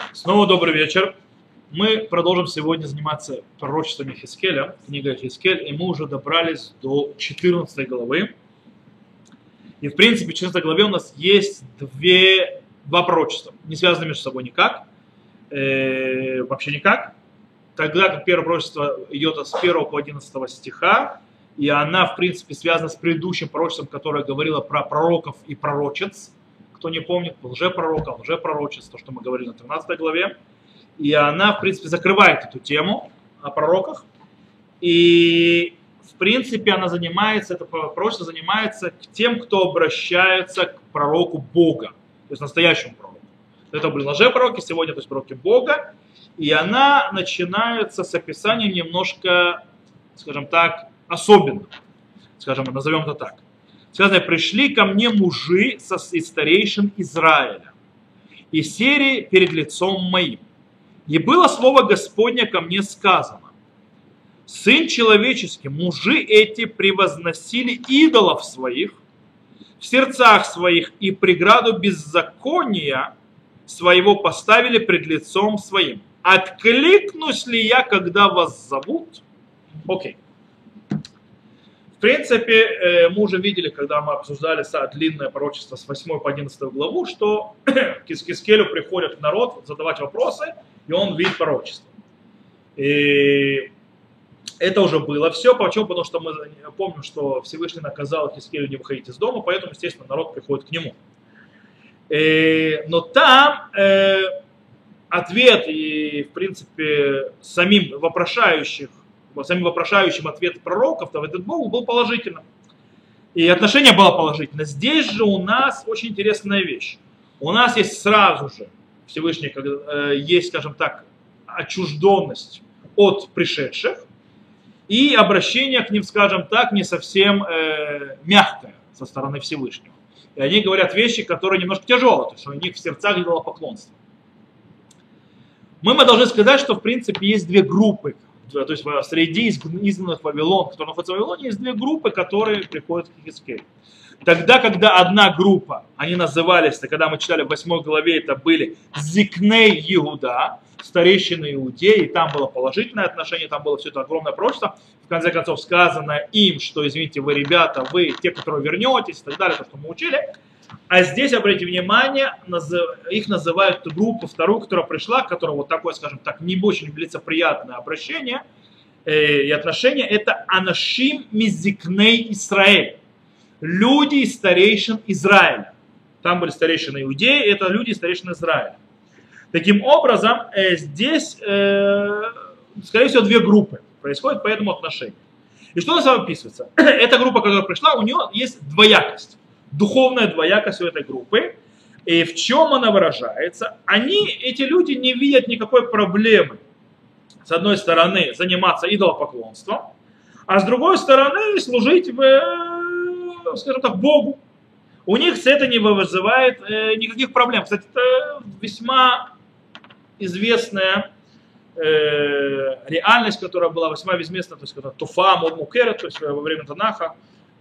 Снова добрый вечер. Мы продолжим сегодня заниматься пророчествами Хискеля, книга Хискель, и мы уже добрались до 14 главы. И в принципе в 14 главе у нас есть два пророчества, не связанные между собой никак, вообще никак. Тогда как первое пророчество идет с 1 по 11 стиха, и она в принципе связана с предыдущим пророчеством, которое говорило про пророков и пророчец. Кто не помнит, лжепророков, лжепророчеств, то, что мы говорили на 13 главе. И она, в принципе, закрывает эту тему о пророках. И, в принципе, она занимается, это пророчество занимается тем, кто обращается к пророку Бога, то есть настоящему пророку. Это были лжепророки, сегодня, то есть пророки Бога. И она начинается с описания немножко, скажем так, особенного. Скажем, назовем это так. Сказано, пришли ко мне мужи из старейшин Израиля, из серии перед лицом моим. И было слово Господне ко мне сказано: Сын человеческий, мужи эти превозносили идолов своих в сердцах своих и преграду беззакония своего поставили пред лицом своим. Откликнусь ли я, когда вас зовут? Окей. В принципе, мы уже видели, когда мы обсуждали длинное пророчество с 8 по 11 главу, что к Хискелю приходит народ задавать вопросы, и он видит пророчество. И это уже было все. Почему? Потому что мы помним, что Всевышний наказал Хискелю не выходить из дома, поэтому, естественно, народ приходит к нему. Но там ответ и, в принципе, самим вопрошающим ответ пророков в этот Богу был положительным. И отношение было положительно. Здесь же у нас очень интересная вещь. У нас есть сразу же Всевышний, есть, скажем так, отчужденность от пришедших и обращение к ним, скажем так, не совсем мягкое со стороны Всевышнего. И они говорят вещи, которые немножко тяжелые, потому что у них в сердцах идолопоклонство. Мы должны сказать, что в принципе есть две группы. То есть среди изгнанных Вавилон, которые находятся в Вавилоне, есть две группы, которые приходят к Хискелю. Тогда, когда одна группа, они назывались, когда мы читали в 8 главе, это были Зикней Иуда, старейшины Иудеи, и там было положительное отношение, там было все это огромное пророчество. В конце концов сказано им, что, извините, вы, ребята, вы те, которые вернетесь, и так далее, то, что мы учили. А здесь, обратите внимание, их называют группу вторую, которая пришла, которая вот такое, скажем так, не очень лицеприятное обращение и отношение. Это Анашим Мизикней Исраэль. Люди из старейшин Израиля. Там были старейшины Иудеи, это люди из старейшин Израиля. Таким образом, здесь, скорее всего, две группы происходят по этому отношению. И что у нас описывается? Эта группа, которая пришла, у нее есть двоякость. Духовная двоякость у этой группы. И в чем она выражается? Эти люди, не видят никакой проблемы, с одной стороны, заниматься идолопоклонством, а с другой стороны, служить, скажем так, Богу. У них это не вызывает никаких проблем. Кстати, это весьма известная реальность, которая была весьма известна, то есть когда Туфа, Мукера, то есть во время Танаха,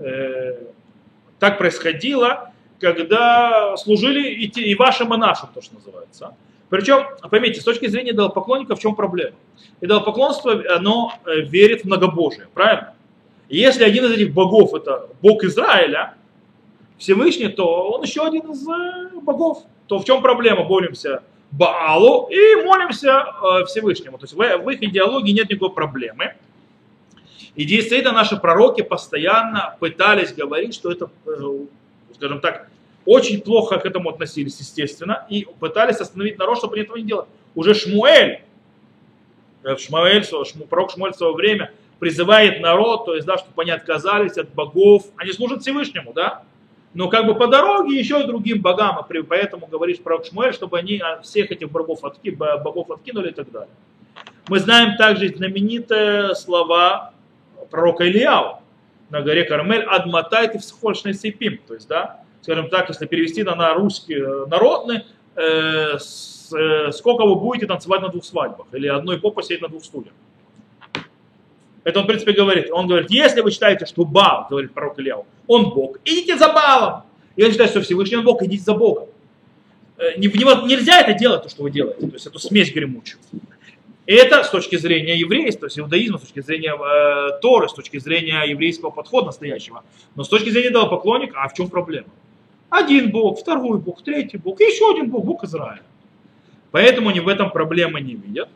так происходило, когда служили и вашим, и нашим, то, что называется. Причем, поймите, с точки зрения идолопоклонника, в чем проблема? Идолопоклонство, оно верит в многобожие, правильно? И если один из этих богов это Бог Израиля, Всевышний, то он еще один из богов. То в чем проблема? Молимся Баалу и молимся Всевышнему. То есть в их идеологии нет никакой проблемы. И действительно наши пророки постоянно пытались говорить, что это, скажем так, очень плохо к этому относились, естественно, и пытались остановить народ, чтобы этого не делать. Уже пророк Шмуэль в свое время призывает народ, то есть, да, чтобы они отказались от богов, они служат Всевышнему, да, но как бы по дороге еще и другим богам, и поэтому говорит пророк Шмуэль, чтобы они всех этих богов откинули и так далее. Мы знаем также знаменитые слова пророка Илияу на горе Кармель: «Адматайте всхольшной сепим». То есть, да, скажем так, если перевести на русский народный, сколько вы будете танцевать на двух свадьбах, или одной попой сидеть на двух стульях. Это он, в принципе, говорит. Он говорит, если вы считаете, что Баал, говорит пророк Илияу, он Бог, идите за Баалом. Если считаете, что Всевышний он Бог, идите за Богом. нельзя это делать, то, что вы делаете, то есть эту смесь гремучую. Это с точки зрения еврейства, то есть иудаизма, с точки зрения Торы, с точки зрения еврейского подхода настоящего. Но с точки зрения идолопоклонника, а в чем проблема? Один Бог, второй Бог, третий Бог, и еще один Бог, Бог Израиля. Поэтому они в этом проблемы не видят.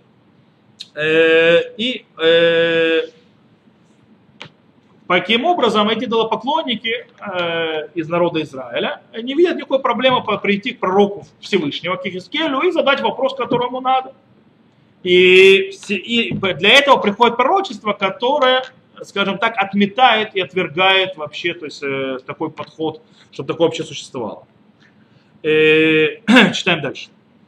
Таким образом, эти идолопоклонники из народа Израиля не видят никакой проблемы прийти к пророку Всевышнего, к Ихискелю, и задать вопрос, которому надо. И для этого приходит пророчество, которое, скажем так, отметает и отвергает вообще, то есть такой подход, чтобы такое вообще существовало. Читаем дальше.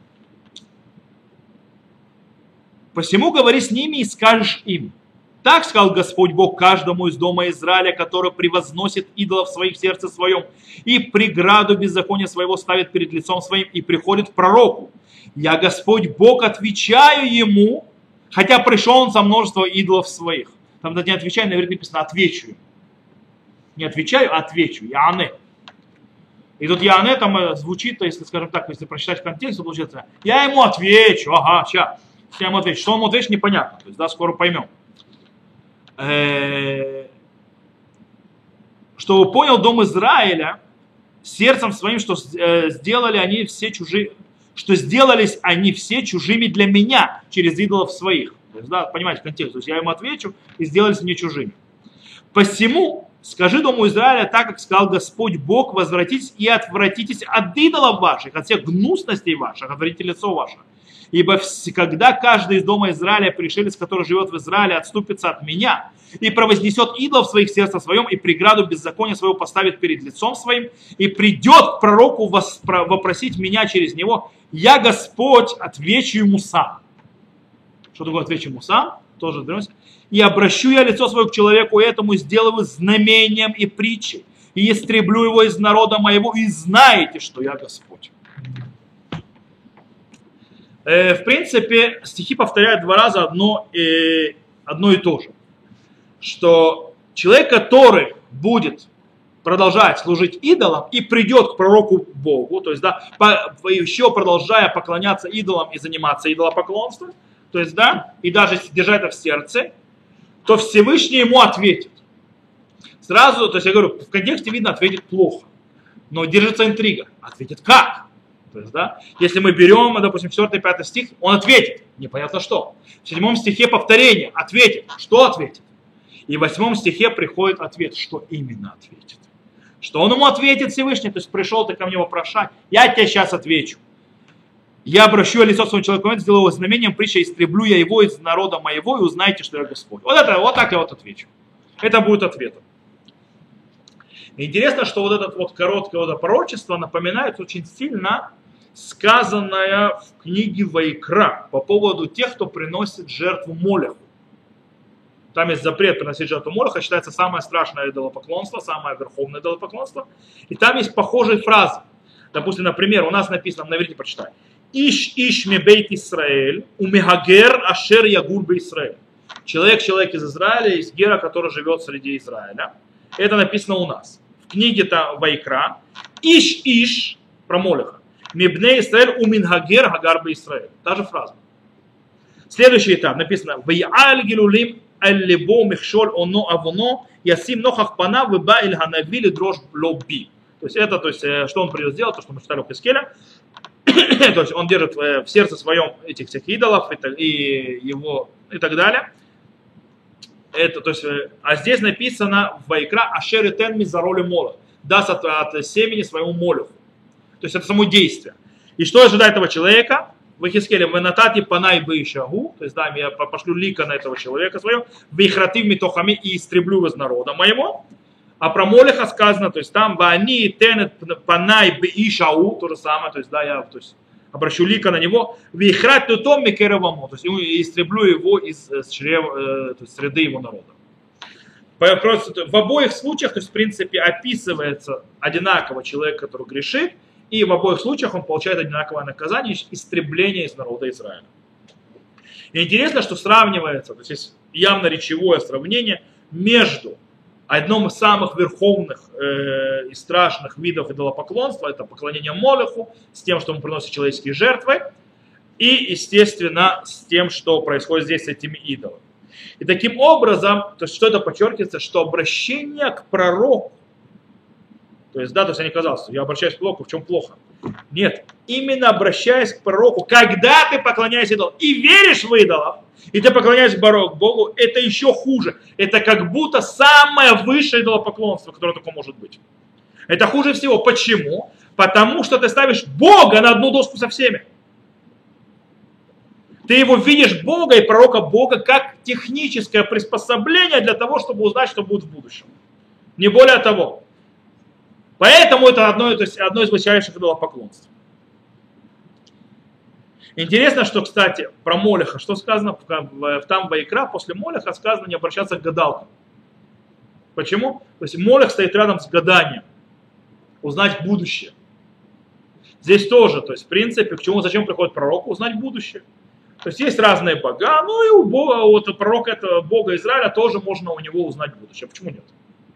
«Посему говори с ними и скажешь им: так сказал Господь Бог каждому из дома Израиля, который превозносит идолов своих в сердце своем и преграду беззакония своего ставит перед лицом своим и приходит к пророку. Я, Господь Бог, отвечаю ему, хотя пришел он со множеством идолов своих». Там не отвечаю, наверное, написано «отвечу ему». Не отвечаю, а отвечу. Яане. И тут Яане там звучит, если, скажем так, если прочитать контекст, то получается «я ему отвечу». Ага, сейчас. Я ему отвечу. Что он ему ответит, непонятно. То есть, да, скоро поймем. Чтобы понял дом Израиля сердцем своим, что сделали они все чужие, что сделались они все чужими для меня через идолов своих. То есть, да, понимаете контекст. То есть я ему отвечу, и сделались они чужими. Посему скажи дому Израиля, так как сказал Господь Бог: возвратитесь и отвратитесь от идолов ваших, от всех гнусностей ваших, отвратите лицо ваше. Ибо когда каждый из дома Израиля, пришелец, который живет в Израиле, отступится от меня и провознесет идолов в своих сердцах своем и преграду беззакония своего поставит перед лицом своим и придет к пророку вопросить меня через него, я, Господь, отвечу ему сам. Что такое отвечу ему сам? Тоже разберемся. И обращу я лицо свое к человеку этому, и сделаю знамением и притчей, и истреблю его из народа моего, и знаете, что я Господь. В принципе, стихи повторяют два раза одно и то же. Что человек, который будет продолжать служить идолам и придет к пророку Богу, то есть, да, еще продолжая поклоняться идолам и заниматься идолопоклонством, то есть, да, и даже держать это в сердце, то Всевышний ему ответит. Сразу, то есть я говорю, в контексте видно, ответит плохо. Но держится интрига. Ответит как? То есть, да, если мы берем, допустим, 4-5 стих, он ответит. Непонятно что. В 7 стихе повторение. Ответит. Что ответит? И в 8 стихе приходит ответ. Что именно ответит? Что он ему ответит Всевышний? То есть пришел ты ко мне вопрошать. Я тебе сейчас отвечу. Я обращу лицо своему человеку, сделаю его знамением, притча, истреблю я его из народа моего, и узнаете, что я Господь. Вот так я вот отвечу. Это будет ответом. Интересно, что вот это вот короткое вот пророчество напоминает очень сильно сказанное в книге Вайкра по поводу тех, кто приносит жертву Молеху. Там есть запрет приносить жертву Молеха, считается самое страшное идолопоклонство, самое верховное идолопоклонство. И там есть похожие фразы. Допустим, например, у нас написано, наверное, прочитай. Иш мебейт Исраэль, умехагер ашер ягур бе Исраэль. Человек из Израиля, из Гера, который живет среди Израиля. Это написано у нас. В книге Вайкра. Иш про Молеха. Мебне Исраэль уминхагер хагар бе Исраэль. Та же фраза. Следующий этап написано. Вайаль гилулим аль-либо михшоль оно авоно ясим нохах пана веба иль ханавили дрожь лоби. То есть это, что он придет сделать, то, что мы читали у Хискеля. То есть он держит в сердце своем этих всех идолов и его и так далее. Это, то есть, а здесь написано в Вайкра ашер этен мизароли мола, даст от семени своему молю. То есть это само действие. И что ожидает этого человека? В Хискеле венатати панай бейшагу, то есть да, я пошлю лика на этого человека своего, вейхратив митохами и истреблю его из народа моего. А про Молеха сказано, то есть там вани тенет панай бейшау, то же самое, то есть да, я обращу лика на него, вейхрат тутом микеровому, то есть истреблю его из чрева, то есть среды его народа. В обоих случаях, то есть в принципе описывается одинаково человек, который грешит, и в обоих случаях он получает одинаковое наказание, истребление из народа Израиля. И интересно, что сравнивается, то есть есть явно речевое сравнение между одном из самых верховных и страшных видов идолопоклонства, это поклонение Молеху, с тем, что он приносит человеческие жертвы, и, естественно, с тем, что происходит здесь с этими идолами. И таким образом, то есть, что это подчеркивается, что обращение к пророку, то есть, да, то есть я не казалось, что я обращаюсь к пророку, в чем плохо? Нет, именно обращаясь к пророку, когда ты поклоняешься идолам и веришь в идолов, и ты поклоняешься Богу, это еще хуже. Это как будто самое высшее идолопоклонство, которое только может быть. Это хуже всего. Почему? Потому что ты ставишь Бога на одну доску со всеми. Ты его видишь Бога и пророка Бога как техническое приспособление для того, чтобы узнать, что будет в будущем. Не более того. Поэтому это одно из высочайших идолопоклонств. Интересно, что, кстати, про Молеха, что сказано там Ваикра, после Молеха сказано не обращаться к гадалкам. Почему? То есть Молех стоит рядом с гаданием. Узнать будущее. Здесь тоже, то есть в принципе, зачем приходит пророк? Узнать будущее. То есть есть разные бога, ну и у Бога, вот у пророка этого Бога Израиля тоже можно у него узнать будущее. Почему нет?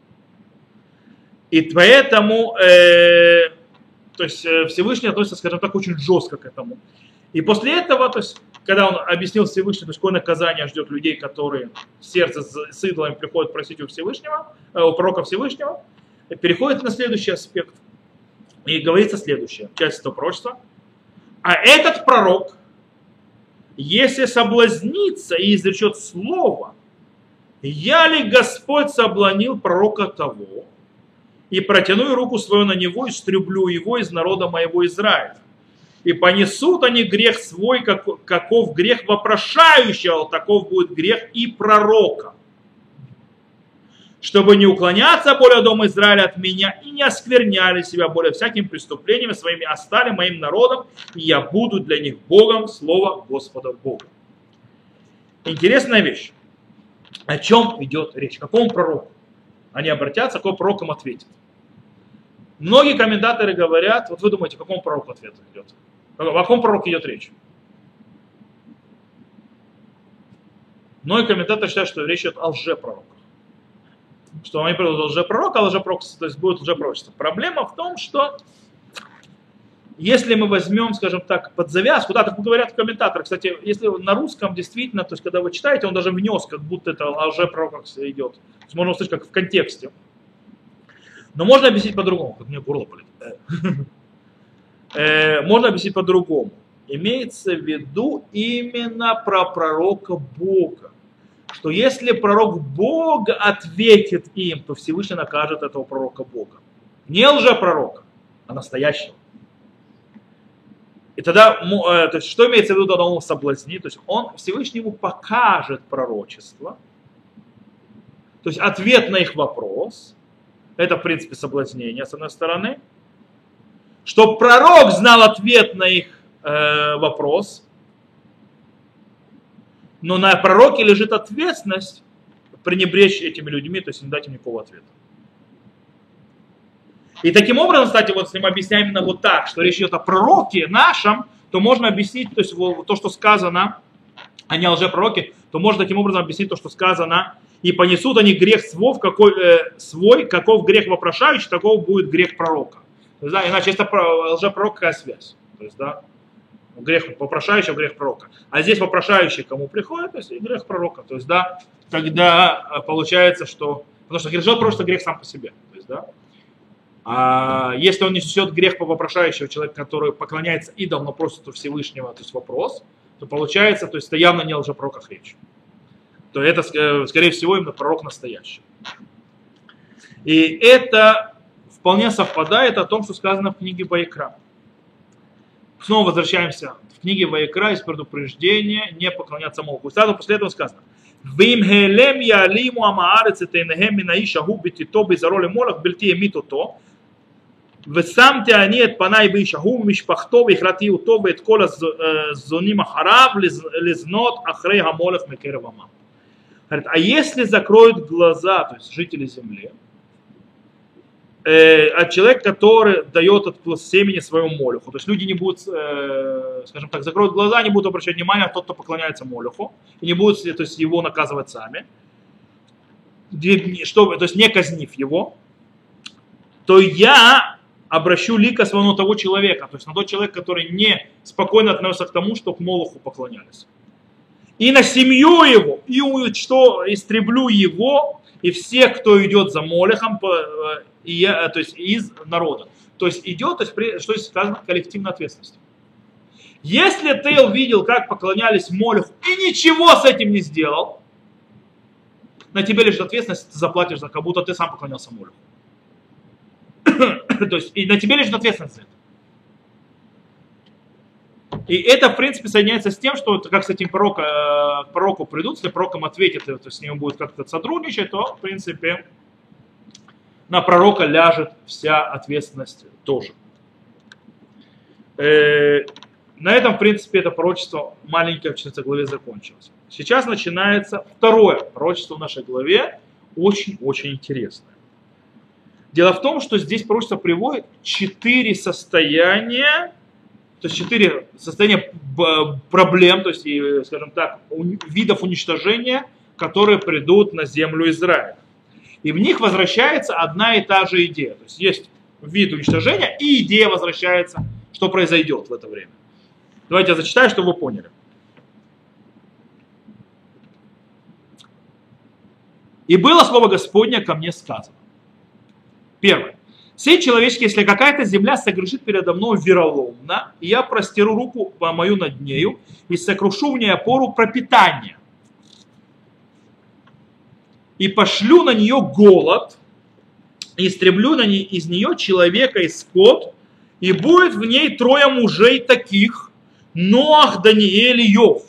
И поэтому то есть Всевышний относится, скажем так, очень жестко к этому. И после этого, то есть, когда он объяснил Всевышнему, то есть, какое наказание ждет людей, которые в сердце с идолами приходят просить у Всевышнего, у пророка Всевышнего, переходит на следующий аспект. И говорится следующее, часть этого пророчества. А этот пророк, если соблазнится и изречет слово, я ли Господь соблазнил пророка того, и протяну руку свою на него, и струблю его из народа моего Израиля. И понесут они грех свой, каков грех вопрошающего, таков будет грех и пророка. Чтобы не уклоняться более дома Израиля от меня и не оскверняли себя более всякими преступлениями своими, а стали моим народом, и я буду для них Богом, слово Господа Бога. Интересная вещь. О чем идет речь? О каком пророку? Они обратятся, какой пророк им ответит. Многие комментаторы говорят, вот вы думаете, о каком пророку ответ идет? О каком пророке идет речь? Многие комментаторы считают, что речь идет о лжепророках. Что они придут лжепророк, а лжепророк, то есть будет лжепророчество. Проблема в том, что если мы возьмем, скажем так, под завязку, да, так говорят комментаторы, кстати, если на русском действительно, то есть когда вы читаете, он даже внес, как будто это о лжепророках идет. То есть можно услышать как в контексте. Но можно объяснить по-другому, как мне горло болит. Можно объяснить по-другому. Имеется в виду именно про пророка Бога. Что если пророк Бога ответит им, то Всевышний накажет этого пророка Бога. Не лжепророка, а настоящего. И тогда, то есть, что имеется в виду, когда он соблазнит? То есть он Всевышний ему покажет пророчество. То есть ответ на их вопрос. Это, в принципе, соблазнение, с одной стороны. Чтобы пророк знал ответ на их вопрос. Но на пророке лежит ответственность пренебречь этими людьми, то есть не дать им никакого ответа. И таким образом, кстати, вот если мы объясняем именно вот так, что речь идет о пророке нашем, то можно объяснить, то есть то, что сказано, а не о лжепророке, то можно таким образом объяснить то, что сказано, и понесут они грех свой, каков грех вопрошающий, таков будет грех пророка. То есть, да, иначе это лжепророк, какая связь? То есть, да, грех вопрошающего, грех пророка. А здесь вопрошающий кому приходит, то есть и грех пророка. То есть, да, тогда получается, что... Потому что грех просто грех сам по себе. То есть, да. А если он несет грех по вопрошающего человека, который поклоняется идолам, но просит у Всевышнего, то есть вопрос, то получается, то есть это явно не о лжепророках речь. То это, скорее всего, именно пророк настоящий. И это вполне совпадает о том, что сказано в книге Ваикра. Снова возвращаемся. В книге Ваикра есть предупреждение не поклоняться Молоху. И сразу после этого сказано: «Вим хелем ялиму амаарец этейнехем минаишаху битито безароли молох бельти эмитото. Весамте они от панай бишаху мишпахто вихрати уто вет кола зоним ахарав лизнот ахрей гамолох мекервама». А если закроют глаза, то есть жители земли, от человека, который дает от семени своему молоху. То есть люди не будут, скажем так, закроют глаза, не будут обращать внимания на тот, кто поклоняется молоху, и не будут, то есть, его наказывать сами. то есть не казнив его, то я обращу лика своего на того человека, то есть на тот человек, который не спокойно относится к тому, что к Молоху поклонялись. И на семью его, и что истреблю его, и всех, кто идет за Молохом, то есть из народа. То есть идет, то есть, что здесь сказано, коллективная ответственность. Если ты увидел, как поклонялись Молоху, и ничего с этим не сделал, на тебе лежит ответственность, ты заплатишь за, как будто ты сам поклонялся Молоху. То есть и на тебе лежит ответственность за это. И это, в принципе, соединяется с тем, что как с этим пророку придут, если пророком ответит, то с ним будет как-то сотрудничать, то, в принципе, на пророка ляжет вся ответственность тоже. На этом, в принципе, это пророчество маленькое в 14 главе закончилось. Сейчас начинается второе пророчество в нашей главе, очень-очень интересное. Дело в том, что здесь пророчество приводит 4 состояния, то есть 4 состояния проблем, то есть, скажем так, видов уничтожения, которые придут на землю Израиля. И в них возвращается одна и та же идея. То есть есть вид уничтожения, и идея возвращается, что произойдет в это время. Давайте я зачитаю, чтобы вы поняли. «И было слово Господне ко мне сказано». Первое. «Сей человеческий, если какая-то земля согрешит передо мной вероломно, и я простеру руку мою над нею, и сокрушу в ней опору пропитания, и пошлю на нее голод, и истреблю из нее человека и скот, и будет в ней 3 мужей таких, Ноах, Даниэль и Иов.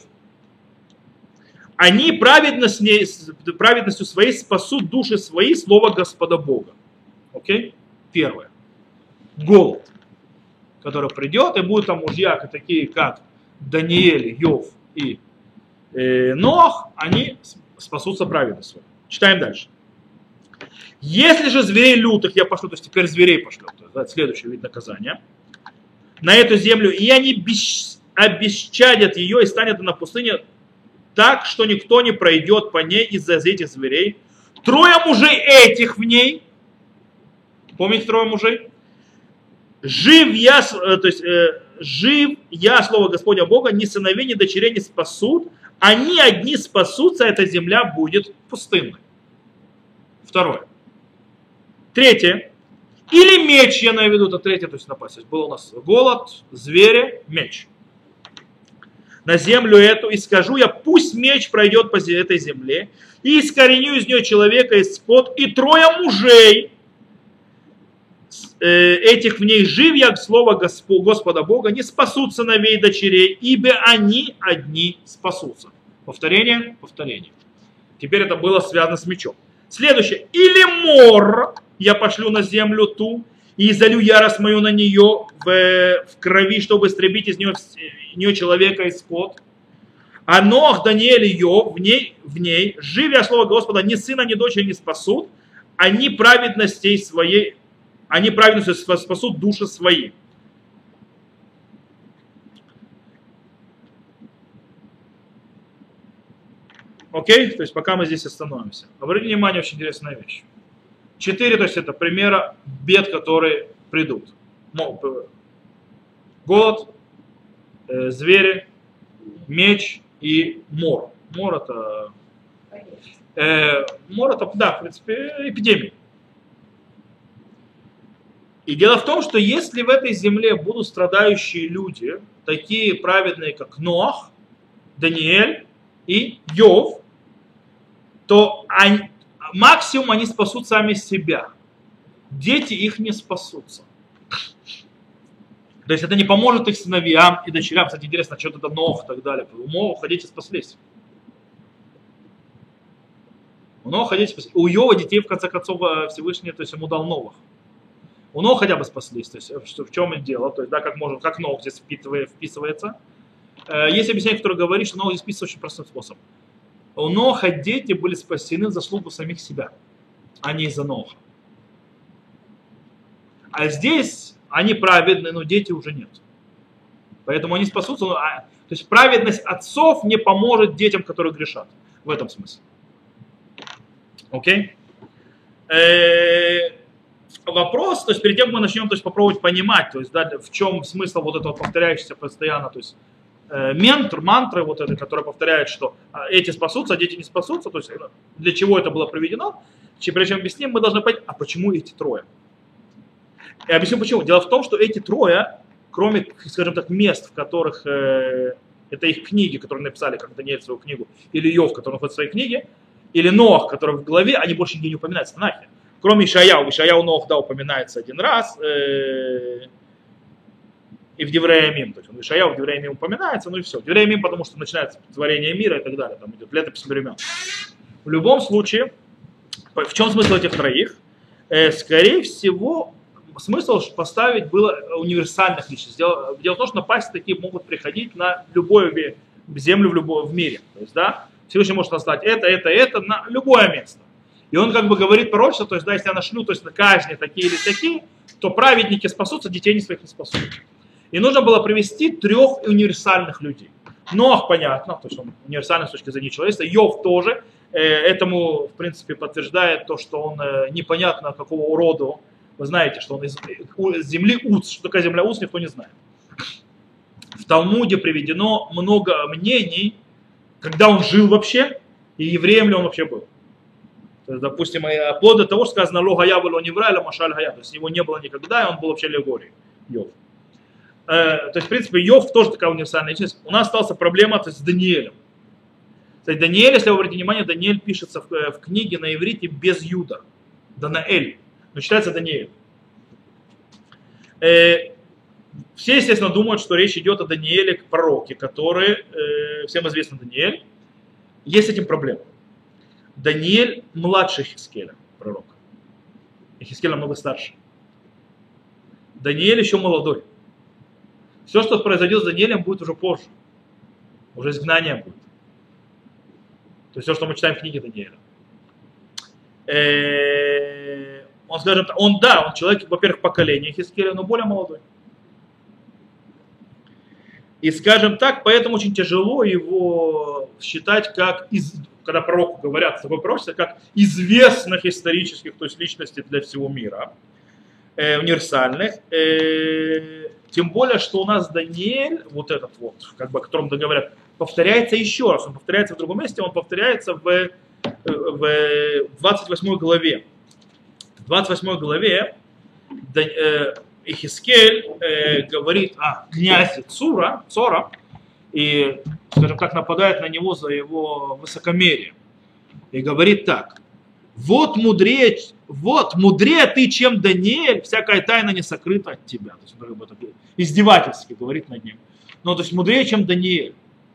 Они праведностью своей спасут души свои, слово Господа Бога». Окей? Первое. Голод, который придет, и будут там мужья, такие как Даниэль, Иов и Ноах, они спасутся праведностью. Читаем дальше. «Если же зверей лютых я пошлю», то есть теперь зверей пошлю, то есть следующий вид наказания, «на эту землю, и они обесчадят ее, и станет она пустыня так, что никто не пройдет по ней из-за этих зверей. 3 мужей этих в ней». Помните 3 мужей? «Жив я, слово Господня Бога, ни сыновей, ни дочерей не спасут, они одни спасутся, эта земля будет пустынной». Второе. Третье. «Или меч», я наведу, это третье, то есть напасть. То есть был у нас голод, звери, меч. «На землю эту, и скажу я, пусть меч пройдет по этой земле, и искореню из нее человека и скот, и 3 мужей этих в ней живья, слово Господа Бога, не спасут сыновей и дочерей, ибо они одни спасутся». Повторение, повторение. Теперь это было связано с мечом. Следующее. «Или мор я пошлю на землю ту, и залью ярость мою на нее в крови, чтобы истребить из нее человека и скот. А Ноах, Даниэль и Иов в ней, живя слово Господа, ни сына, ни дочери не спасут, они праведностью спасут души свои». Окей? То есть пока мы здесь остановимся. Обратите внимание, очень интересная вещь. 4, то есть это примера бед, которые придут. Голод, звери, меч и мор. Мор это, да, в принципе, эпидемия. И дело в том, что если в этой земле будут страдающие люди, такие праведные, как Ноах, Даниэль и Иов, то максимум они спасут сами себя. Дети их не спасутся. То есть это не поможет их сыновьям и дочерям. Кстати, интересно, что это Ноах и так далее. У Ноаха дети спаслись. У Ноаха дети спаслись. У Иова детей, в конце концов, Всевышний, то есть ему дал новых. У Ноаха хотя бы спаслись. То есть в чем дело? То есть, да, как Ноах здесь вписывается. Есть объяснение, которое говорит, что Ноах здесь вписывается очень простым способом. У Ноаха дети были спасены в заслугу самих себя, а не из-за Ноаха. А здесь они праведны, но дети уже нет. Поэтому они спасутся. То есть праведность отцов не поможет детям, которые грешат. В этом смысле. Окей? Вопрос, то есть перед тем, как мы начнем, то есть попробовать понимать, то есть, да, в чем смысл вот этого повторяющегося постоянно, то есть мантры вот этой, которая повторяет, что эти спасутся, а дети не спасутся, то есть для чего это было проведено, прежде чем объясним, мы должны понять, а почему эти трое? И объясню почему. Дело в том, что эти трое, кроме, скажем так, мест, в которых это их книги, которые написали, как Даниэль свою книгу, или Йов, который находится в своей книге, или Ноах, который в главе, они больше нигде не упоминаются в Танахе. Кроме Ишаяу Ноах, да, упоминается один раз, и в Девреямим, то есть в Ишаяу, в Девреямим упоминается, ну и все. Девреямим, потому что начинается творение мира и так далее, там идет летопись времен. В любом случае, в чем смысл этих троих? Скорее всего, смысл поставить было универсальных личностей. Дело в том, что напасти такие могут приходить на любую землю в мире. То есть, да, Всевышний может назвать это на любое место. И он как бы говорит пророчество, то есть, да, если я нашлю, то есть на казни такие или такие, то праведники спасутся, детей не своих не спасут. И нужно было привести трех универсальных людей. Ноах, понятно, то есть он универсальный с точки зрения человечества. Йов тоже. Этому, в принципе, подтверждает то, что он непонятно какого урода. Вы знаете, что он из земли Уц. Что такое земля Уц, никто не знает. В Талмуде приведено много мнений, когда он жил вообще, и евреем ли он вообще был. То есть, допустим, вплоть до того, что сказано «Ло гая вело невра, ля машаль гая». То есть его не было никогда, и он был вообще аллегорией. Йов. То есть, в принципе, Йов тоже такая универсальная личность. У нас осталась проблема, то есть, с Даниэлем. Кстати, Даниэль, если вы обратите внимание, Даниэль пишется в книге на иврите без юда. Данаэль. Но читается Даниэль. Все, естественно, думают, что речь идет о Даниэле, пророке, который, всем известный Даниэль. Есть с этим проблема. Даниэль младше Хискеля, пророк. И Хискель намного старше. Даниэль еще молодой. Все, что произойдет с Даниэлем, будет уже позже. Уже изгнание будет. То есть все, что мы читаем в книге Даниэля. Он, скажем так, он человек, во-первых, поколения Хискеля, но более молодой. И, скажем так, поэтому очень тяжело его считать как, когда пророку говорят, такое пророчество, как известных исторических, то есть личностей для всего мира, универсальных. Тем более, что у нас Даниэль, вот этот вот, как бы, о котором говорят, повторяется еще раз. Он повторяется в другом месте, он повторяется в 28 главе. В 28 главе Ихискель говорит о князе Цора и, скажем так, нападает на него за его высокомерие. И говорит так: вот мудрее ты, чем Даниэль, всякая тайна не сокрыта от тебя. То есть, издевательски говорит над ним. Но то есть мудрее, чем Даниэль.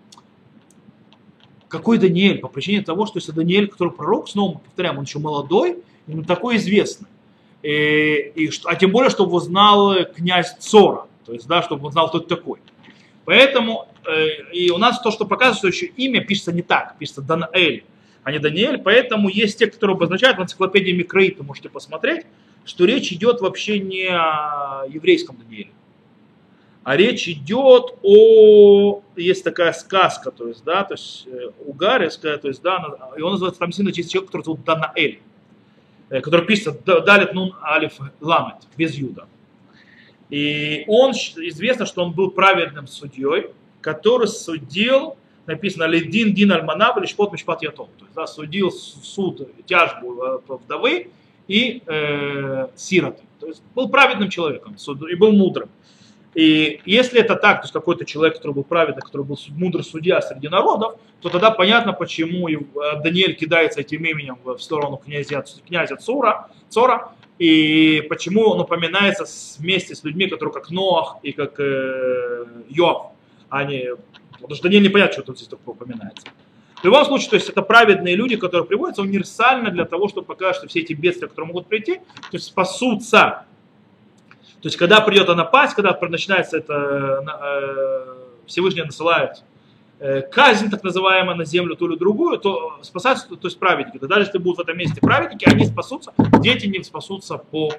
Какой Даниэль? По причине того, что если Даниэль, который пророк, снова повторяем, он еще молодой, и он такой известный. А тем более, чтобы его знал князь Цора. То есть, да, чтобы он знал, кто это такой. Поэтому, и у нас то, что показывает, что еще имя пишется не так, пишется Данаэль, а не Даниэль. Поэтому есть те, которые обозначают, в энциклопедии Микроит, вы можете посмотреть, что речь идет вообще не о еврейском Даниэле. А речь идет есть такая сказка, то есть, да, то есть угарская, то есть, да, и он называется там сильно через человека, который зовут Данаэль, который пишется Далит Нун Алиф Ламет, без юда. И он, известно, что он был праведным судьей, который судил, написано Ледин Дин Альманав или Шпот Мишпат Ятом, то есть, да, судил суд, тяжбу вдовы и сироты. То есть был праведным человеком и был мудрым. И если это так, то есть какой-то человек, который был праведный, который был мудрый судья среди народов, то тогда понятно, почему Даниэль кидается этим именем в сторону князя Цора, и почему он упоминается вместе с людьми, которые как Ноах и как Йов. Потому что Даниэль не понятно, что тут здесь такое упоминается. В любом случае, то есть это праведные люди, которые приводятся универсально для того, чтобы показать, что все эти бедствия, которые могут прийти, то есть спасутся. То есть, когда придет напасть, когда начинается это, Всевышний насылает казнь, так называемая, на землю ту или другую, то спасаются, то есть праведники. Даже если будут в этом месте праведники, они спасутся, дети не спасутся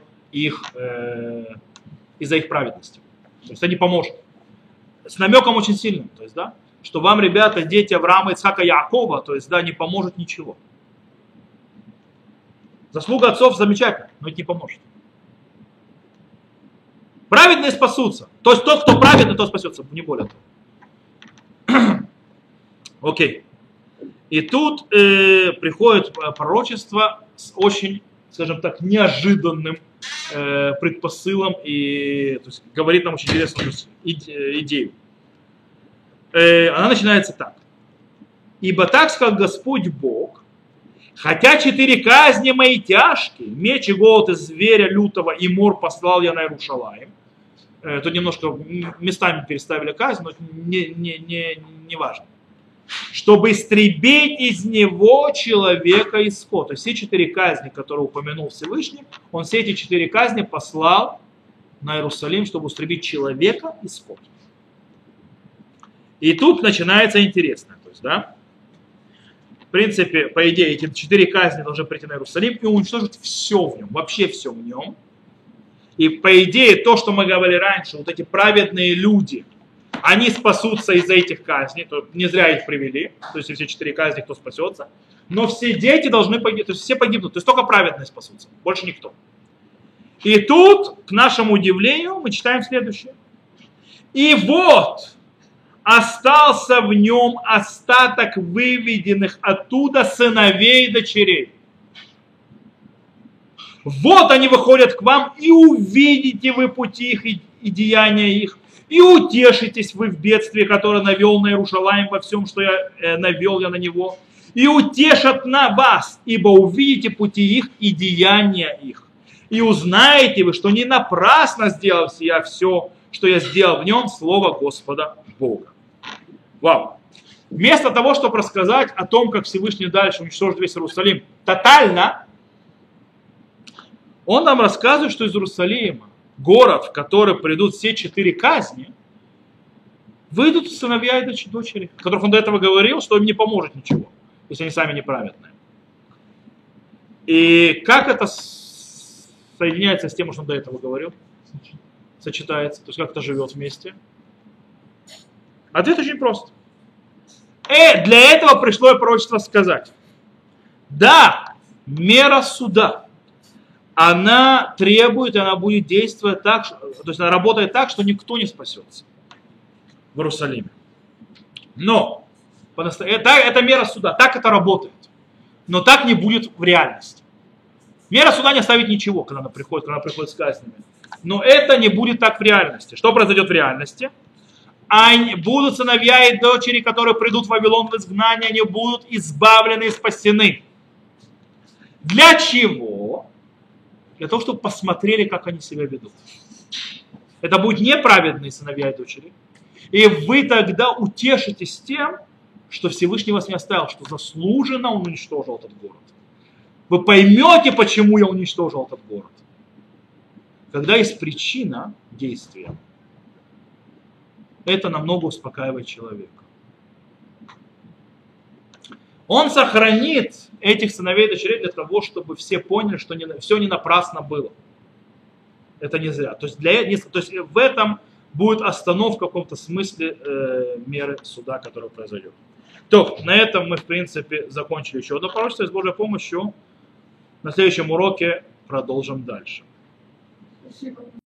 из-за их праведности. То есть, они поможет. С намеком очень сильным, то есть, да, что вам, ребята, дети Авраама, Ицхака, Яакова, то есть, да, не поможет ничего. Заслуга отцов замечательна, но это не поможет. Праведные спасутся. То есть тот, кто праведный, тот спасется, не более того. Окей. И тут приходит пророчество с очень, скажем так, неожиданным предпосылом и то есть, говорит нам очень интересную идею. Она начинается так. Ибо так сказал Господь Бог, хотя 4 казни мои тяжкие, меч и голод из зверя лютого и мор послал я на Иерушалаим. Тут немножко местами переставили казнь, но не важно. Чтобы истребить из него человека и скот. То есть все 4 казни, которые упомянул Всевышний, он все эти 4 казни послал на Иерусалим, чтобы истребить человека и скот. И тут начинается интересное. То есть, да, в принципе, по идее, эти 4 казни должны прийти на Иерусалим и уничтожить все в нем, вообще все в нем. И по идее, то, что мы говорили раньше, вот эти праведные люди, они спасутся из-за этих казней, то не зря их привели, то есть все 4 казни, кто спасется. Но все дети должны погибнуть, то есть все погибнут, то есть только праведные спасутся, больше никто. И тут, к нашему удивлению, мы читаем следующее. И вот остался в нем остаток выведенных оттуда сыновей и дочерей. Вот они выходят к вам, и увидите вы пути их и деяния их, и утешитесь вы в бедствии, которое навел на Иерушалаим во всем, что навел я на него, и утешат на вас, ибо увидите пути их и деяния их, и узнаете вы, что не напрасно сделал я все, что я сделал в нем, слово Господа Бога. Вау! Вместо того, чтобы рассказать о том, как Всевышний дальше уничтожит весь Иерусалим тотально, он нам рассказывает, что из Иерусалима, город, в который придут все 4 казни, выйдут сыновья и дочери, о которых он до этого говорил, что им не поможет ничего, если они сами неправедные. И как это соединяется с тем, что он до этого говорил? Сочетается, то есть как это живет вместе? Ответ очень прост. Для этого пришло пророчество сказать. Да, мера суда. Она требует, она будет действовать так, то есть она работает так, что никто не спасется в Иерусалиме. Но это мера суда, так это работает. Но так не будет в реальности. Мера суда не оставит ничего, когда она приходит с казнями. Но это не будет так в реальности. Что произойдет в реальности? Будут сыновья и дочери, которые придут в Вавилон в изгнание, они будут избавлены и спасены. Для чего? Для того, чтобы посмотрели, как они себя ведут. Это будут неправедные сыновья и дочери. И вы тогда утешитесь тем, что Всевышний вас не оставил, что заслуженно он уничтожил этот город. Вы поймете, почему я уничтожил этот город. Когда есть причина действия, это намного успокаивает человека. Он сохранит этих сыновей и дочерей для того, чтобы все поняли, что все не напрасно было. Это не зря. То есть в этом будет остановка в каком-то смысле меры суда, которая произойдет. То, на этом мы, в принципе, закончили еще одно пророчество. И с Божьей помощью на следующем уроке продолжим дальше. Спасибо.